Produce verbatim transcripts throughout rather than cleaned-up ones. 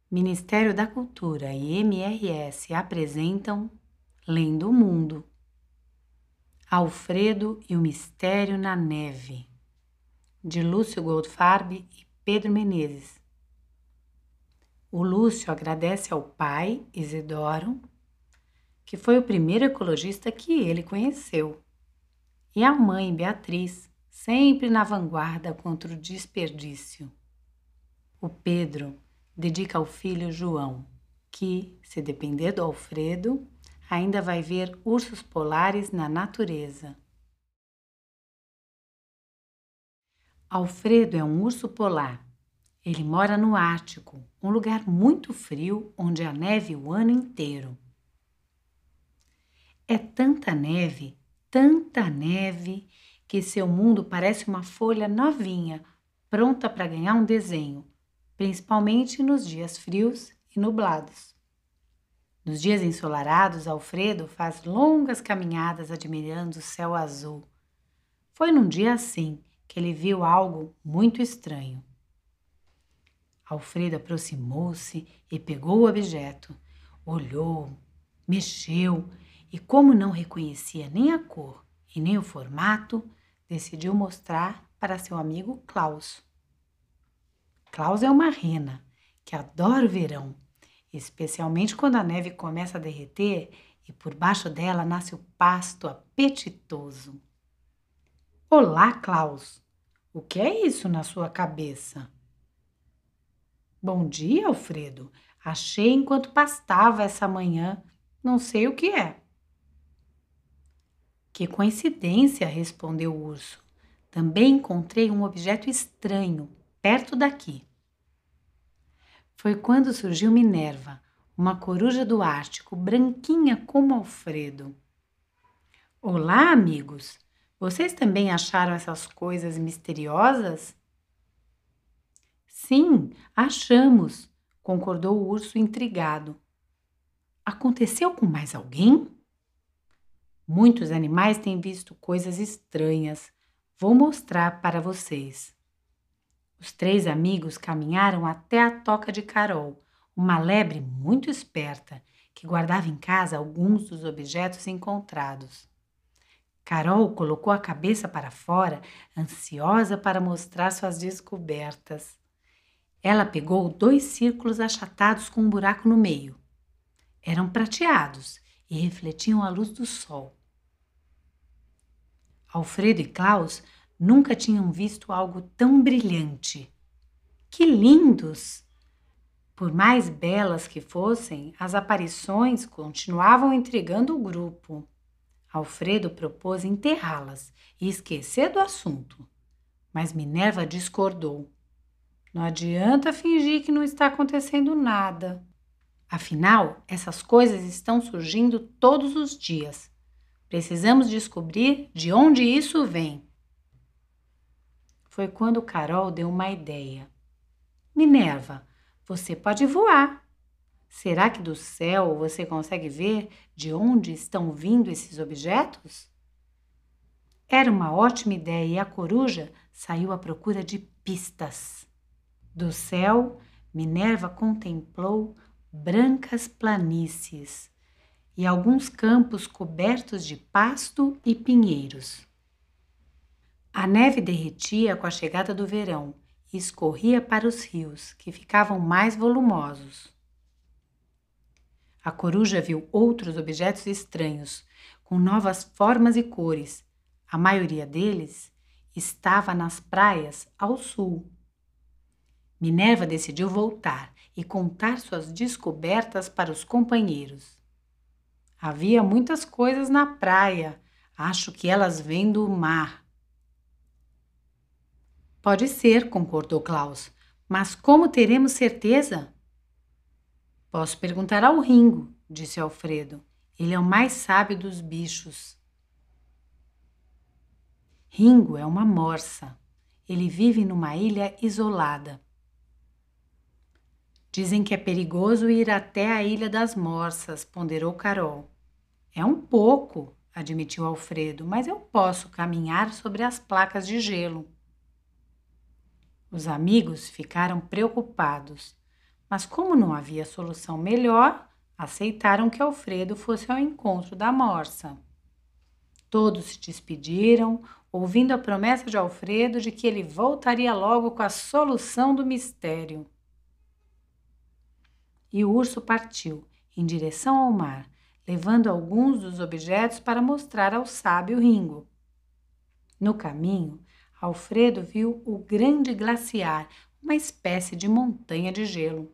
Ministério da Cultura e M R S apresentam Lendo o Mundo. Alfredo e o Mistério na Neve, de Lúcio Goldfarb e Pedro Menezes. O Lúcio agradece ao pai, Isidoro, que foi o primeiro ecologista que ele conheceu, e à mãe, Beatriz, sempre na vanguarda contra o desperdício. O Pedro dedica ao filho João, que, se depender do Alfredo, ainda vai ver ursos polares na natureza. Alfredo é um urso polar. Ele mora no Ártico, um lugar muito frio onde há neve o ano inteiro. É tanta neve, tanta neve, que seu mundo parece uma folha novinha, pronta para ganhar um desenho, principalmente nos dias frios e nublados. Nos dias ensolarados, Alfredo faz longas caminhadas admirando o céu azul. Foi num dia assim que ele viu algo muito estranho. Alfredo aproximou-se e pegou o objeto, olhou, mexeu e, como não reconhecia nem a cor e nem o formato, decidiu mostrar para seu amigo Klaus. Klaus é uma rena que adora o verão, especialmente quando a neve começa a derreter e por baixo dela nasce o pasto apetitoso. Olá, Klaus! O que é isso na sua cabeça? Bom dia, Alfredo. Achei enquanto pastava essa manhã. Não sei o que é. Que coincidência, respondeu o urso. Também encontrei um objeto estranho, perto daqui. Foi quando surgiu Minerva, uma coruja do Ártico, branquinha como Alfredo. Olá, amigos! Vocês também acharam essas coisas misteriosas? Sim, achamos, concordou o urso intrigado. Aconteceu com mais alguém? Muitos animais têm visto coisas estranhas. Vou mostrar para vocês. Os três amigos caminharam até a toca de Carol, uma lebre muito esperta que guardava em casa alguns dos objetos encontrados. Carol colocou a cabeça para fora, ansiosa para mostrar suas descobertas. Ela pegou dois círculos achatados com um buraco no meio. Eram prateados e refletiam a luz do sol. Alfredo e Klaus nunca tinham visto algo tão brilhante. Que lindos! Por mais belas que fossem, as aparições continuavam intrigando o grupo. Alfredo propôs enterrá-las e esquecer do assunto, mas Minerva discordou. Não adianta fingir que não está acontecendo nada. Afinal, essas coisas estão surgindo todos os dias. Precisamos descobrir de onde isso vem. Foi quando Carol deu uma ideia. Minerva, você pode voar. Será que do céu você consegue ver de onde estão vindo esses objetos? Era uma ótima ideia e a coruja saiu à procura de pistas. Do céu, Minerva contemplou brancas planícies e alguns campos cobertos de pasto e pinheiros. A neve derretia com a chegada do verão e escorria para os rios, que ficavam mais volumosos. A coruja viu outros objetos estranhos, com novas formas e cores. A maioria deles estava nas praias ao sul. Minerva decidiu voltar e contar suas descobertas para os companheiros. Havia muitas coisas na praia. Acho que elas vêm do mar. Pode ser, concordou Klaus. Mas como teremos certeza? Posso perguntar ao Ringo, disse Alfredo. Ele é o mais sábio dos bichos. Ringo é uma morsa. Ele vive numa ilha isolada. Dizem que é perigoso ir até a Ilha das Morsas, ponderou Carol. É um pouco, admitiu Alfredo, mas eu posso caminhar sobre as placas de gelo. Os amigos ficaram preocupados, mas como não havia solução melhor, aceitaram que Alfredo fosse ao encontro da morsa. Todos se despediram, ouvindo a promessa de Alfredo de que ele voltaria logo com a solução do mistério. E o urso partiu em direção ao mar, levando alguns dos objetos para mostrar ao sábio Ringo. No caminho, Alfredo viu o grande glaciar, uma espécie de montanha de gelo.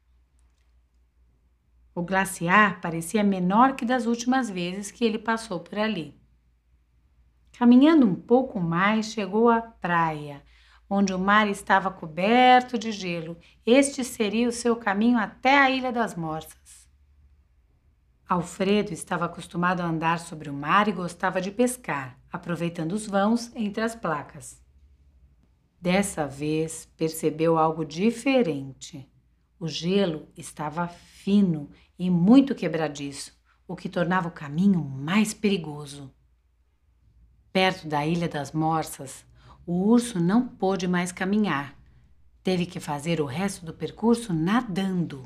O glaciar parecia menor que das últimas vezes que ele passou por ali. Caminhando um pouco mais, chegou à praia, onde o mar estava coberto de gelo. Este seria o seu caminho até a Ilha das Morsas. Alfredo estava acostumado a andar sobre o mar e gostava de pescar, aproveitando os vãos entre as placas. Dessa vez, percebeu algo diferente. O gelo estava fino e muito quebradiço, o que tornava o caminho mais perigoso. Perto da Ilha das Morsas, o urso não pôde mais caminhar. Teve que fazer o resto do percurso nadando.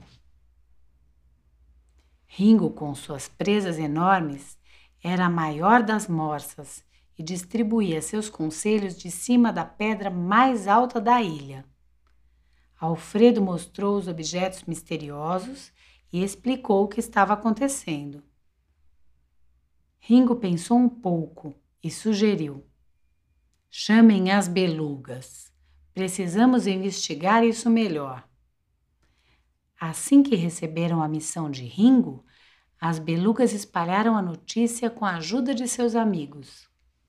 Ringo, com suas presas enormes, era a maior das morsas e distribuía seus conselhos de cima da pedra mais alta da ilha. Alfredo mostrou os objetos misteriosos e explicou o que estava acontecendo. Ringo pensou um pouco e sugeriu: chamem as belugas. Precisamos investigar isso melhor. Assim que receberam a missão de Ringo, as belugas espalharam a notícia com a ajuda de seus amigos.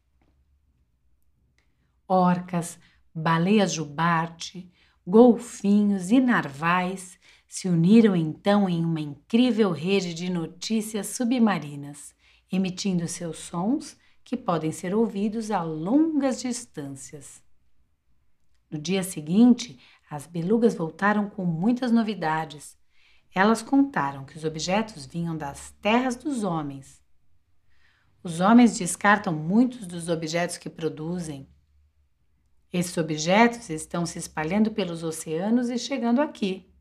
Orcas, baleias jubarte, golfinhos e narvais se uniram então em uma incrível rede de notícias submarinas, emitindo seus sons que podem ser ouvidos a longas distâncias. No dia seguinte, as belugas voltaram com muitas novidades. Elas contaram que os objetos vinham das terras dos homens. Os homens descartam muitos dos objetos que produzem. Esses objetos estão se espalhando pelos oceanos e chegando aqui.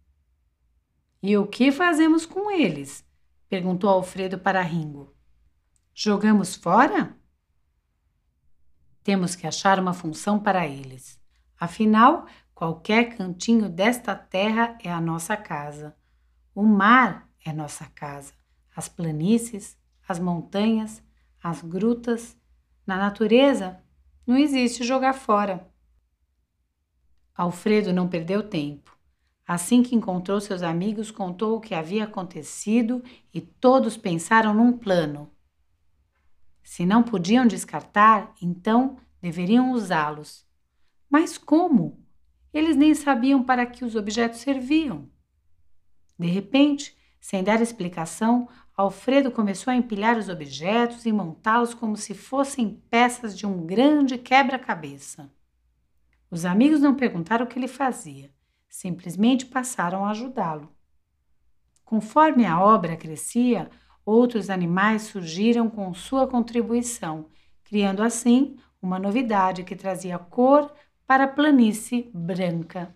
E o que fazemos com eles? Perguntou Alfredo para Ringo. Jogamos fora? Temos que achar uma função para eles. Afinal, qualquer cantinho desta terra é a nossa casa. O mar é nossa casa. As planícies, as montanhas, as grutas. Na natureza, não existe jogar fora. Alfredo não perdeu tempo. Assim que encontrou seus amigos, contou o que havia acontecido e todos pensaram num plano. Se não podiam descartar, então deveriam usá-los. Mas como? Eles nem sabiam para que os objetos serviam. De repente, sem dar explicação, Alfredo começou a empilhar os objetos e montá-los como se fossem peças de um grande quebra-cabeça. Os amigos não perguntaram o que ele fazia, simplesmente passaram a ajudá-lo. Conforme a obra crescia, outros animais surgiram com sua contribuição, criando assim uma novidade que trazia cor para a planície branca.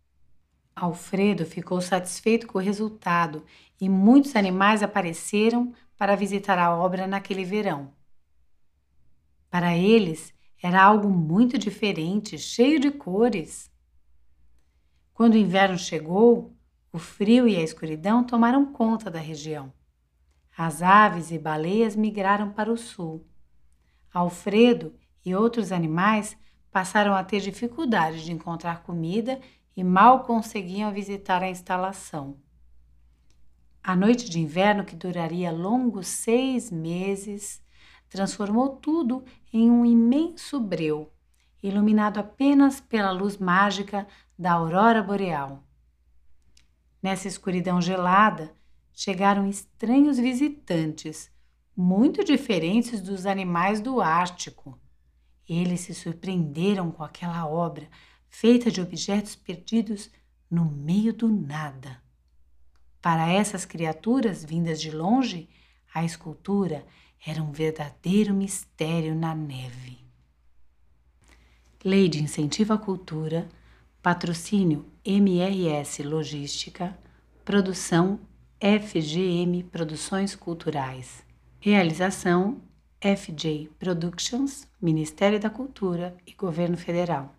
Alfredo ficou satisfeito com o resultado e muitos animais apareceram para visitar a obra naquele verão. Para eles, era algo muito diferente, cheio de cores. Quando o inverno chegou, o frio e a escuridão tomaram conta da região. As aves e baleias migraram para o sul. Alfredo e outros animais passaram a ter dificuldade de encontrar comida e mal conseguiam visitar a instalação. A noite de inverno, que duraria longos seis meses, transformou tudo em um imenso breu, iluminado apenas pela luz mágica da aurora boreal. Nessa escuridão gelada, chegaram estranhos visitantes, muito diferentes dos animais do Ártico. Eles se surpreenderam com aquela obra, feita de objetos perdidos no meio do nada. Para essas criaturas vindas de longe, a escultura era um verdadeiro mistério na neve. Lei de Incentivo à Cultura, patrocínio M R S Logística, Produção F G M Produções Culturais. Realização F J Productions, Ministério da Cultura e Governo Federal.